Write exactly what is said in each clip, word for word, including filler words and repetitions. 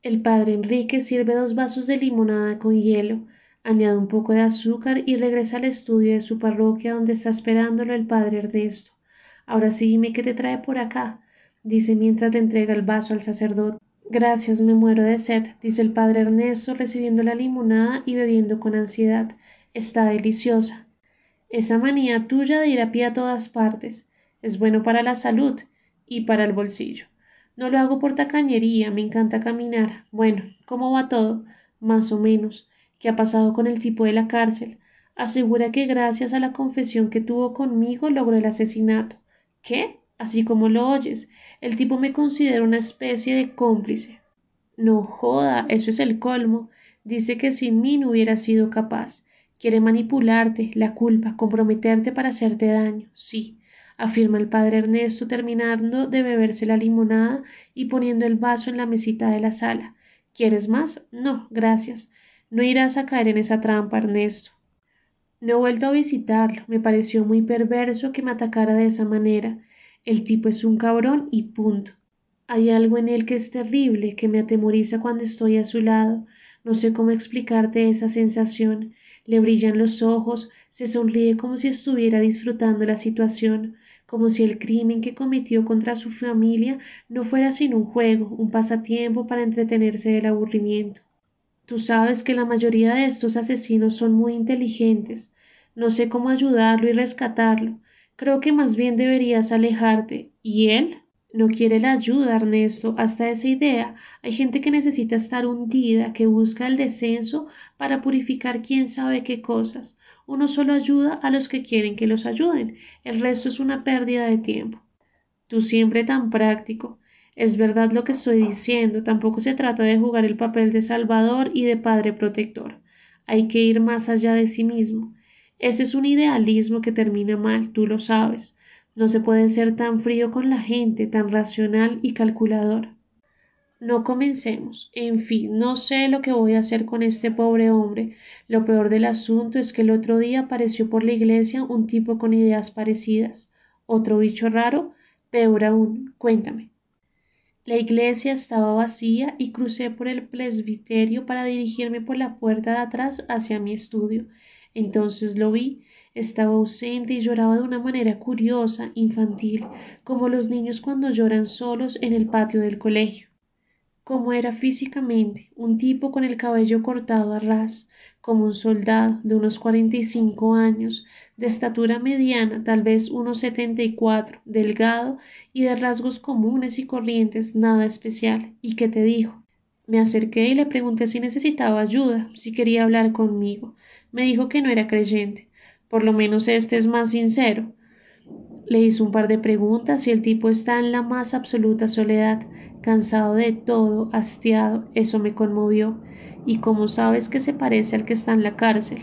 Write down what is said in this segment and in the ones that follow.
El padre Enrique sirve dos vasos de limonada con hielo, añade un poco de azúcar y regresa al estudio de su parroquia donde está esperándolo el padre Ernesto. Ahora sí dime qué te trae por acá, dice mientras le entrega el vaso al sacerdote. Gracias, me muero de sed, dice el padre Ernesto recibiendo la limonada y bebiendo con ansiedad. Está deliciosa. Esa manía tuya de ir a pie a todas partes es bueno para la salud y para el bolsillo. No lo hago por tacañería, me encanta caminar. Bueno, ¿cómo va todo? Más o menos. ¿Qué ha pasado con el tipo de la cárcel? Asegura que gracias a la confesión que tuvo conmigo logró el asesinato. ¿Qué? Así como lo oyes, el tipo me considera una especie de cómplice. No joda, eso es el colmo. Dice que sin mí no hubiera sido capaz. Quiere manipularte, la culpa, comprometerte para hacerte daño. Sí, afirma el padre Ernesto terminando de beberse la limonada y poniendo el vaso en la mesita de la sala. ¿Quieres más? No, gracias. No irás a caer en esa trampa, Ernesto. No he vuelto a visitarlo. Me pareció muy perverso que me atacara de esa manera. El tipo es un cabrón y punto. Hay algo en él que es terrible, que me atemoriza cuando estoy a su lado. No sé cómo explicarte esa sensación. Le brillan los ojos, se sonríe como si estuviera disfrutando la situación, como si el crimen que cometió contra su familia no fuera sino un juego, un pasatiempo para entretenerse del aburrimiento. Tú sabes que la mayoría de estos asesinos son muy inteligentes. No sé cómo ayudarlo y rescatarlo. Creo que más bien deberías alejarte. ¿Y él? No quiere la ayuda, Ernesto. Hasta esa idea. Hay gente que necesita estar hundida, que busca el descenso para purificar quién sabe qué cosas. Uno solo ayuda a los que quieren que los ayuden. El resto es una pérdida de tiempo. Tú siempre tan práctico. Es verdad lo que estoy diciendo, tampoco se trata de jugar el papel de salvador y de padre protector. Hay que ir más allá de sí mismo. Ese es un idealismo que termina mal, tú lo sabes. No se puede ser tan frío con la gente, tan racional y calculador. No comencemos. En fin, no sé lo que voy a hacer con este pobre hombre. Lo peor del asunto es que el otro día apareció por la iglesia un tipo con ideas parecidas. ¿Otro bicho raro? Peor aún, cuéntame. La iglesia estaba vacía y crucé por el presbiterio para dirigirme por la puerta de atrás hacia mi estudio. Entonces lo vi. Estaba ausente y lloraba de una manera curiosa, infantil, como los niños cuando lloran solos en el patio del colegio. Como era físicamente, un tipo con el cabello cortado a ras, como un soldado de unos cuarenta y cinco años, de estatura mediana, tal vez unos setenta y cuatro, delgado y de rasgos comunes y corrientes, nada especial. ¿Y qué te dijo? Me acerqué y le pregunté si necesitaba ayuda, si quería hablar conmigo. Me dijo que no era creyente. Por lo menos este es más sincero. Le hizo un par de preguntas y el tipo está en la más absoluta soledad, cansado de todo, hastiado, eso me conmovió. ¿Y cómo sabes que se parece al que está en la cárcel?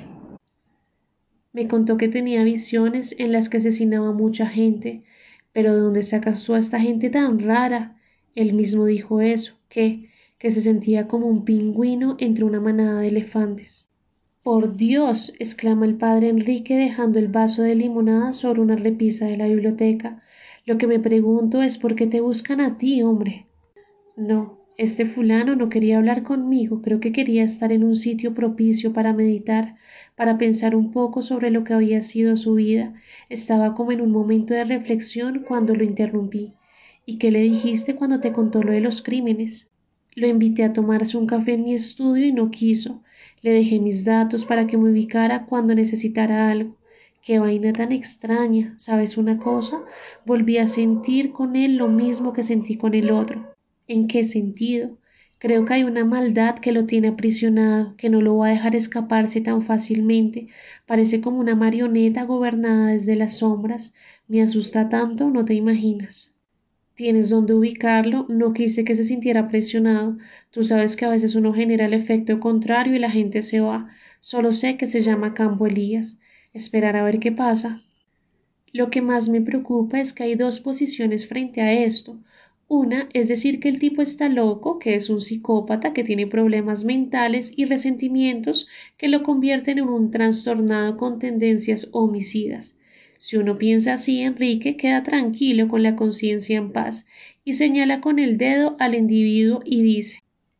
Me contó que tenía visiones en las que asesinaba a mucha gente, pero ¿de dónde sacas tú a esta gente tan rara? Él mismo dijo eso, que, que se sentía como un pingüino entre una manada de elefantes. Por Dios, exclama el padre Enrique dejando el vaso de limonada sobre una repisa de la biblioteca. Lo que me pregunto es por qué te buscan a ti, hombre. No, este fulano no quería hablar conmigo, creo que quería estar en un sitio propicio para meditar, para pensar un poco sobre lo que había sido su vida. Estaba como en un momento de reflexión cuando lo interrumpí. ¿Y qué le dijiste cuando te contó lo de los crímenes? Lo invité a tomarse un café en mi estudio y no quiso. Le dejé mis datos para que me ubicara cuando necesitara algo. Qué vaina tan extraña. ¿Sabes una cosa? Volví a sentir con él lo mismo que sentí con el otro. ¿En qué sentido? Creo que hay una maldad que lo tiene aprisionado, que no lo va a dejar escaparse tan fácilmente. Parece como una marioneta gobernada desde las sombras. Me asusta tanto, no te imaginas. Tienes dónde ubicarlo, no quise que se sintiera presionado. Tú sabes que a veces uno genera el efecto contrario y la gente se va. Solo sé que se llama Campo Elías. Esperar a ver qué pasa. Lo que más me preocupa es que hay dos posiciones frente a esto. Una es decir que el tipo está loco, que es un psicópata, que tiene problemas mentales y resentimientos que lo convierten en un trastornado con tendencias homicidas. Si uno piensa así, Enrique queda tranquilo con la conciencia en paz y señala con el dedo al individuo y dice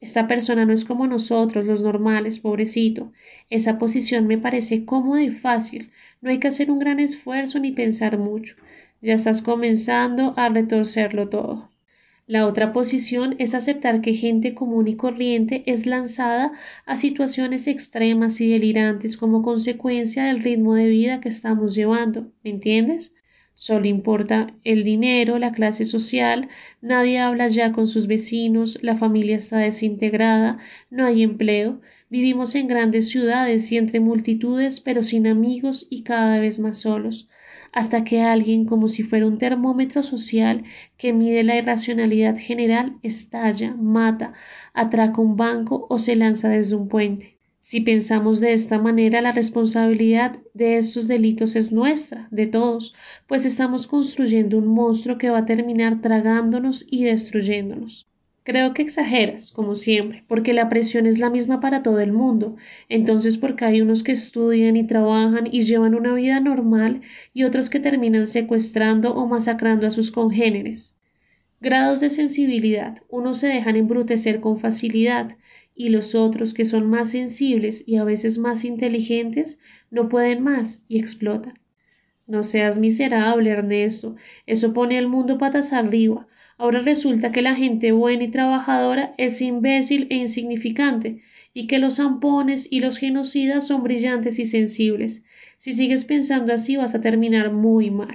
Esta persona no es como nosotros, los normales, pobrecito. Esa posición me parece cómoda y fácil. No hay que hacer un gran esfuerzo ni pensar mucho. Ya estás comenzando a retorcerlo todo. La otra posición es aceptar que gente común y corriente es lanzada a situaciones extremas y delirantes como consecuencia del ritmo de vida que estamos llevando, ¿me entiendes? Solo importa el dinero, la clase social, nadie habla ya con sus vecinos, la familia está desintegrada, no hay empleo, vivimos en grandes ciudades y entre multitudes, pero sin amigos y cada vez más solos, hasta que alguien, como si fuera un termómetro social que mide la irracionalidad general, estalla, mata, atraca un banco o se lanza desde un puente. Si pensamos de esta manera, la responsabilidad de estos delitos es nuestra, de todos, pues estamos construyendo un monstruo que va a terminar tragándonos y destruyéndonos. Creo que exageras, como siempre, porque la presión es la misma para todo el mundo. Entonces, porque hay unos que estudian y trabajan y llevan una vida normal y otros que terminan secuestrando o masacrando a sus congéneres. Grados de sensibilidad. Unos se dejan embrutecer con facilidad y los otros, que son más sensibles y a veces más inteligentes, no pueden más y explotan. No seas miserable, Ernesto. Eso pone el mundo patas arriba. Ahora resulta que la gente buena y trabajadora es imbécil e insignificante, y que los zampones y los genocidas son brillantes y sensibles. Si sigues pensando así vas a terminar muy mal.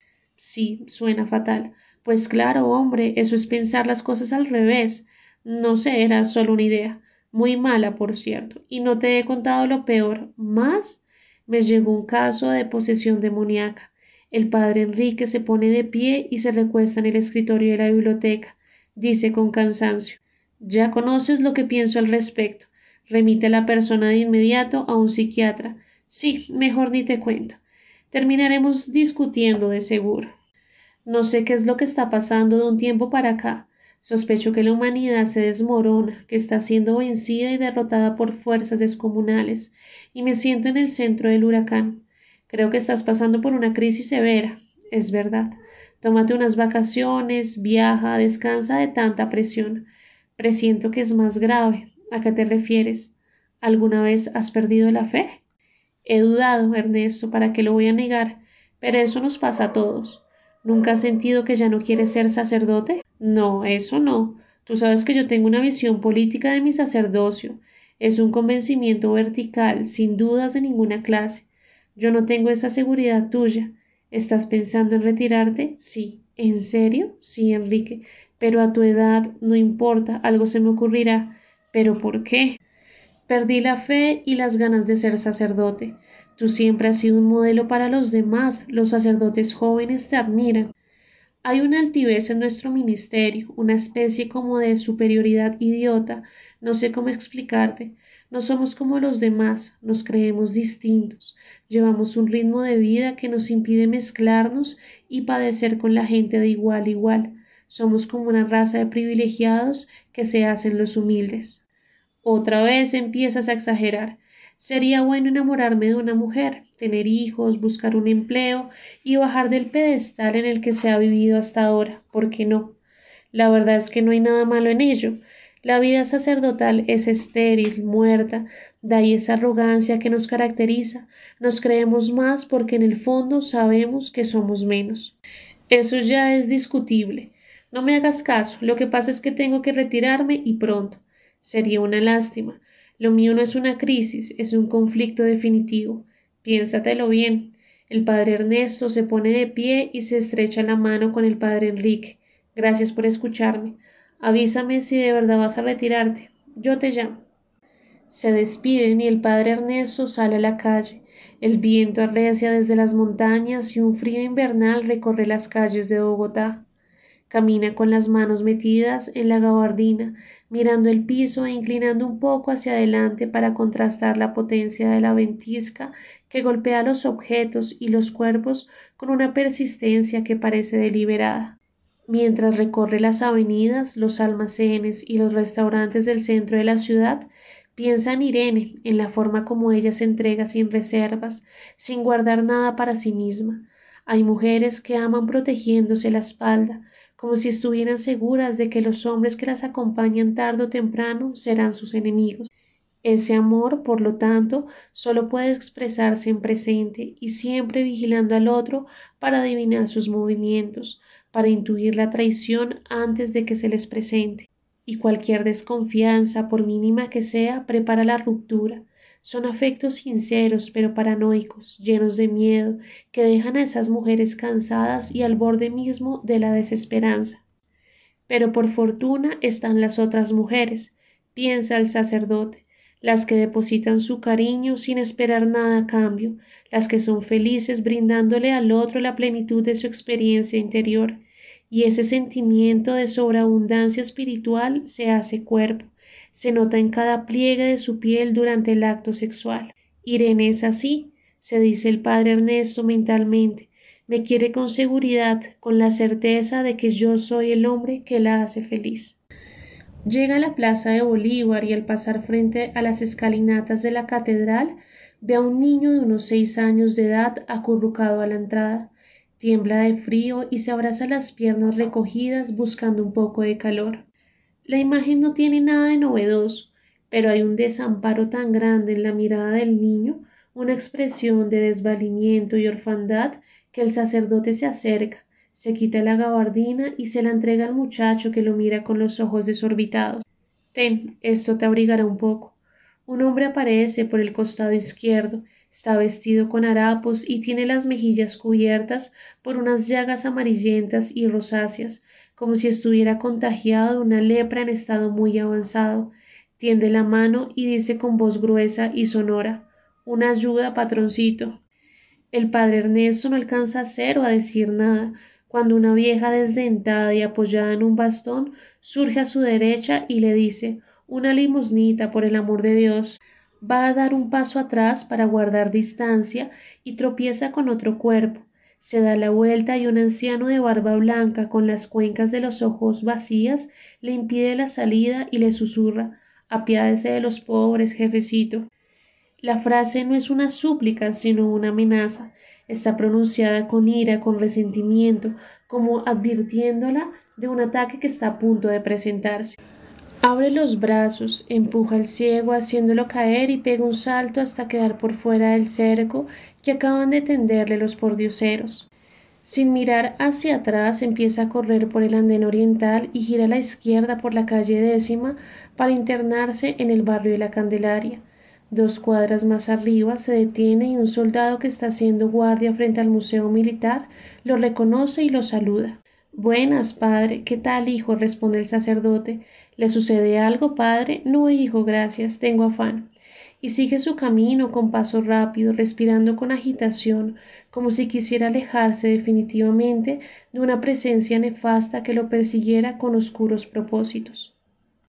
Sí, suena fatal. Pues claro, hombre, eso es pensar las cosas al revés. No sé, era solo una idea. Muy mala, por cierto. Y no te he contado lo peor. ¿Más? Me llegó un caso de posesión demoníaca. El padre Enrique se pone de pie y se recuesta en el escritorio de la biblioteca. Dice con cansancio: Ya conoces lo que pienso al respecto. Remite a la persona de inmediato a un psiquiatra. Sí, mejor ni te cuento. Terminaremos discutiendo de seguro. No sé qué es lo que está pasando de un tiempo para acá. Sospecho que la humanidad se desmorona, que está siendo vencida y derrotada por fuerzas descomunales, y me siento en el centro del huracán. Creo que estás pasando por una crisis severa. Es verdad. Tómate unas vacaciones, viaja, descansa de tanta presión. Presiento que es más grave. ¿A qué te refieres? ¿Alguna vez has perdido la fe? He dudado, Ernesto, ¿para qué lo voy a negar? Pero eso nos pasa a todos. ¿Nunca has sentido que ya no quieres ser sacerdote? No, eso no. Tú sabes que yo tengo una visión política de mi sacerdocio. Es un convencimiento vertical, sin dudas de ninguna clase. Yo no tengo esa seguridad tuya. ¿Estás pensando en retirarte? Sí. ¿En serio? Sí, Enrique. Pero a tu edad, no importa, algo se me ocurrirá. ¿Pero por qué? Perdí la fe y las ganas de ser sacerdote. Tú siempre has sido un modelo para los demás. Los sacerdotes jóvenes te admiran. Hay una altivez en nuestro ministerio, una especie como de superioridad idiota. No sé cómo explicarte. No somos como los demás, nos creemos distintos. Llevamos un ritmo de vida que nos impide mezclarnos y padecer con la gente de igual a igual. Somos como una raza de privilegiados que se hacen los humildes. Otra vez empiezas a exagerar. Sería bueno enamorarme de una mujer, tener hijos, buscar un empleo y bajar del pedestal en el que se ha vivido hasta ahora. ¿Por qué no? La verdad es que no hay nada malo en ello. La vida sacerdotal es estéril, muerta, de ahí esa arrogancia que nos caracteriza. Nos creemos más porque en el fondo sabemos que somos menos. Eso ya es discutible. No me hagas caso, lo que pasa es que tengo que retirarme y pronto. Sería una lástima. Lo mío no es una crisis, es un conflicto definitivo. Piénsatelo bien. El padre Ernesto se pone de pie y se estrecha la mano con el padre Enrique. Gracias por escucharme. Avísame si de verdad vas a retirarte. Yo te llamo. Se despiden y el padre Ernesto sale a la calle. El viento arrecia desde las montañas y un frío invernal recorre las calles de Bogotá. Camina con las manos metidas en la gabardina, mirando el piso e inclinando un poco hacia adelante para contrastar la potencia de la ventisca que golpea los objetos y los cuerpos con una persistencia que parece deliberada. Mientras recorre las avenidas, los almacenes y los restaurantes del centro de la ciudad, piensa en Irene, en la forma como ella se entrega sin reservas, sin guardar nada para sí misma. Hay mujeres que aman protegiéndose la espalda, como si estuvieran seguras de que los hombres que las acompañan tarde o temprano serán sus enemigos. Ese amor, por lo tanto, solo puede expresarse en presente y siempre vigilando al otro para adivinar sus movimientos, para intuir la traición antes de que se les presente. Y cualquier desconfianza, por mínima que sea, prepara la ruptura. Son afectos sinceros pero paranoicos, llenos de miedo, que dejan a esas mujeres cansadas y al borde mismo de la desesperanza. Pero por fortuna están las otras mujeres, piensa el sacerdote, las que depositan su cariño sin esperar nada a cambio, las que son felices brindándole al otro la plenitud de su experiencia interior, y ese sentimiento de sobreabundancia espiritual se hace cuerpo, se nota en cada pliegue de su piel durante el acto sexual. Irene es así, se dice el padre Ernesto mentalmente, me quiere con seguridad, con la certeza de que yo soy el hombre que la hace feliz. Llega a la plaza de Bolívar y al pasar frente a las escalinatas de la catedral ve a un niño de unos seis años de edad acurrucado a la entrada. Tiembla de frío y se abraza las piernas recogidas buscando un poco de calor. La imagen no tiene nada de novedoso, pero hay un desamparo tan grande en la mirada del niño, una expresión de desvalimiento y orfandad, que el sacerdote se acerca, se quita la gabardina y se la entrega al muchacho que lo mira con los ojos desorbitados. Ten, esto te abrigará un poco. Un hombre aparece por el costado izquierdo, está vestido con harapos y tiene las mejillas cubiertas por unas llagas amarillentas y rosáceas, como si estuviera contagiado de una lepra en estado muy avanzado. Tiende la mano y dice con voz gruesa y sonora, una ayuda, patroncito. El padre Ernesto no alcanza a hacer o a decir nada, cuando una vieja desdentada y apoyada en un bastón surge a su derecha y le dice, una limosnita, por el amor de Dios. Va a dar un paso atrás para guardar distancia y tropieza con otro cuerpo. Se da la vuelta y un anciano de barba blanca con las cuencas de los ojos vacías le impide la salida y le susurra, apiádese de los pobres, jefecito. La frase no es una súplica, sino una amenaza. Está pronunciada con ira, con resentimiento, como advirtiéndola de un ataque que está a punto de presentarse. Abre los brazos, empuja al ciego haciéndolo caer y pega un salto hasta quedar por fuera del cerco que acaban de tenderle los pordioseros. Sin mirar hacia atrás empieza a correr por el andén oriental y gira a la izquierda por la calle décima para internarse en el barrio de la Candelaria. Dos cuadras más arriba se detiene y un soldado que está haciendo guardia frente al Museo Militar lo reconoce y lo saluda. Buenas, padre. ¿Qué tal, hijo? Responde el sacerdote. ¿Le sucede algo, padre? No, hijo, gracias. Tengo afán. Y sigue su camino con paso rápido, respirando con agitación, como si quisiera alejarse definitivamente de una presencia nefasta que lo persiguiera con oscuros propósitos.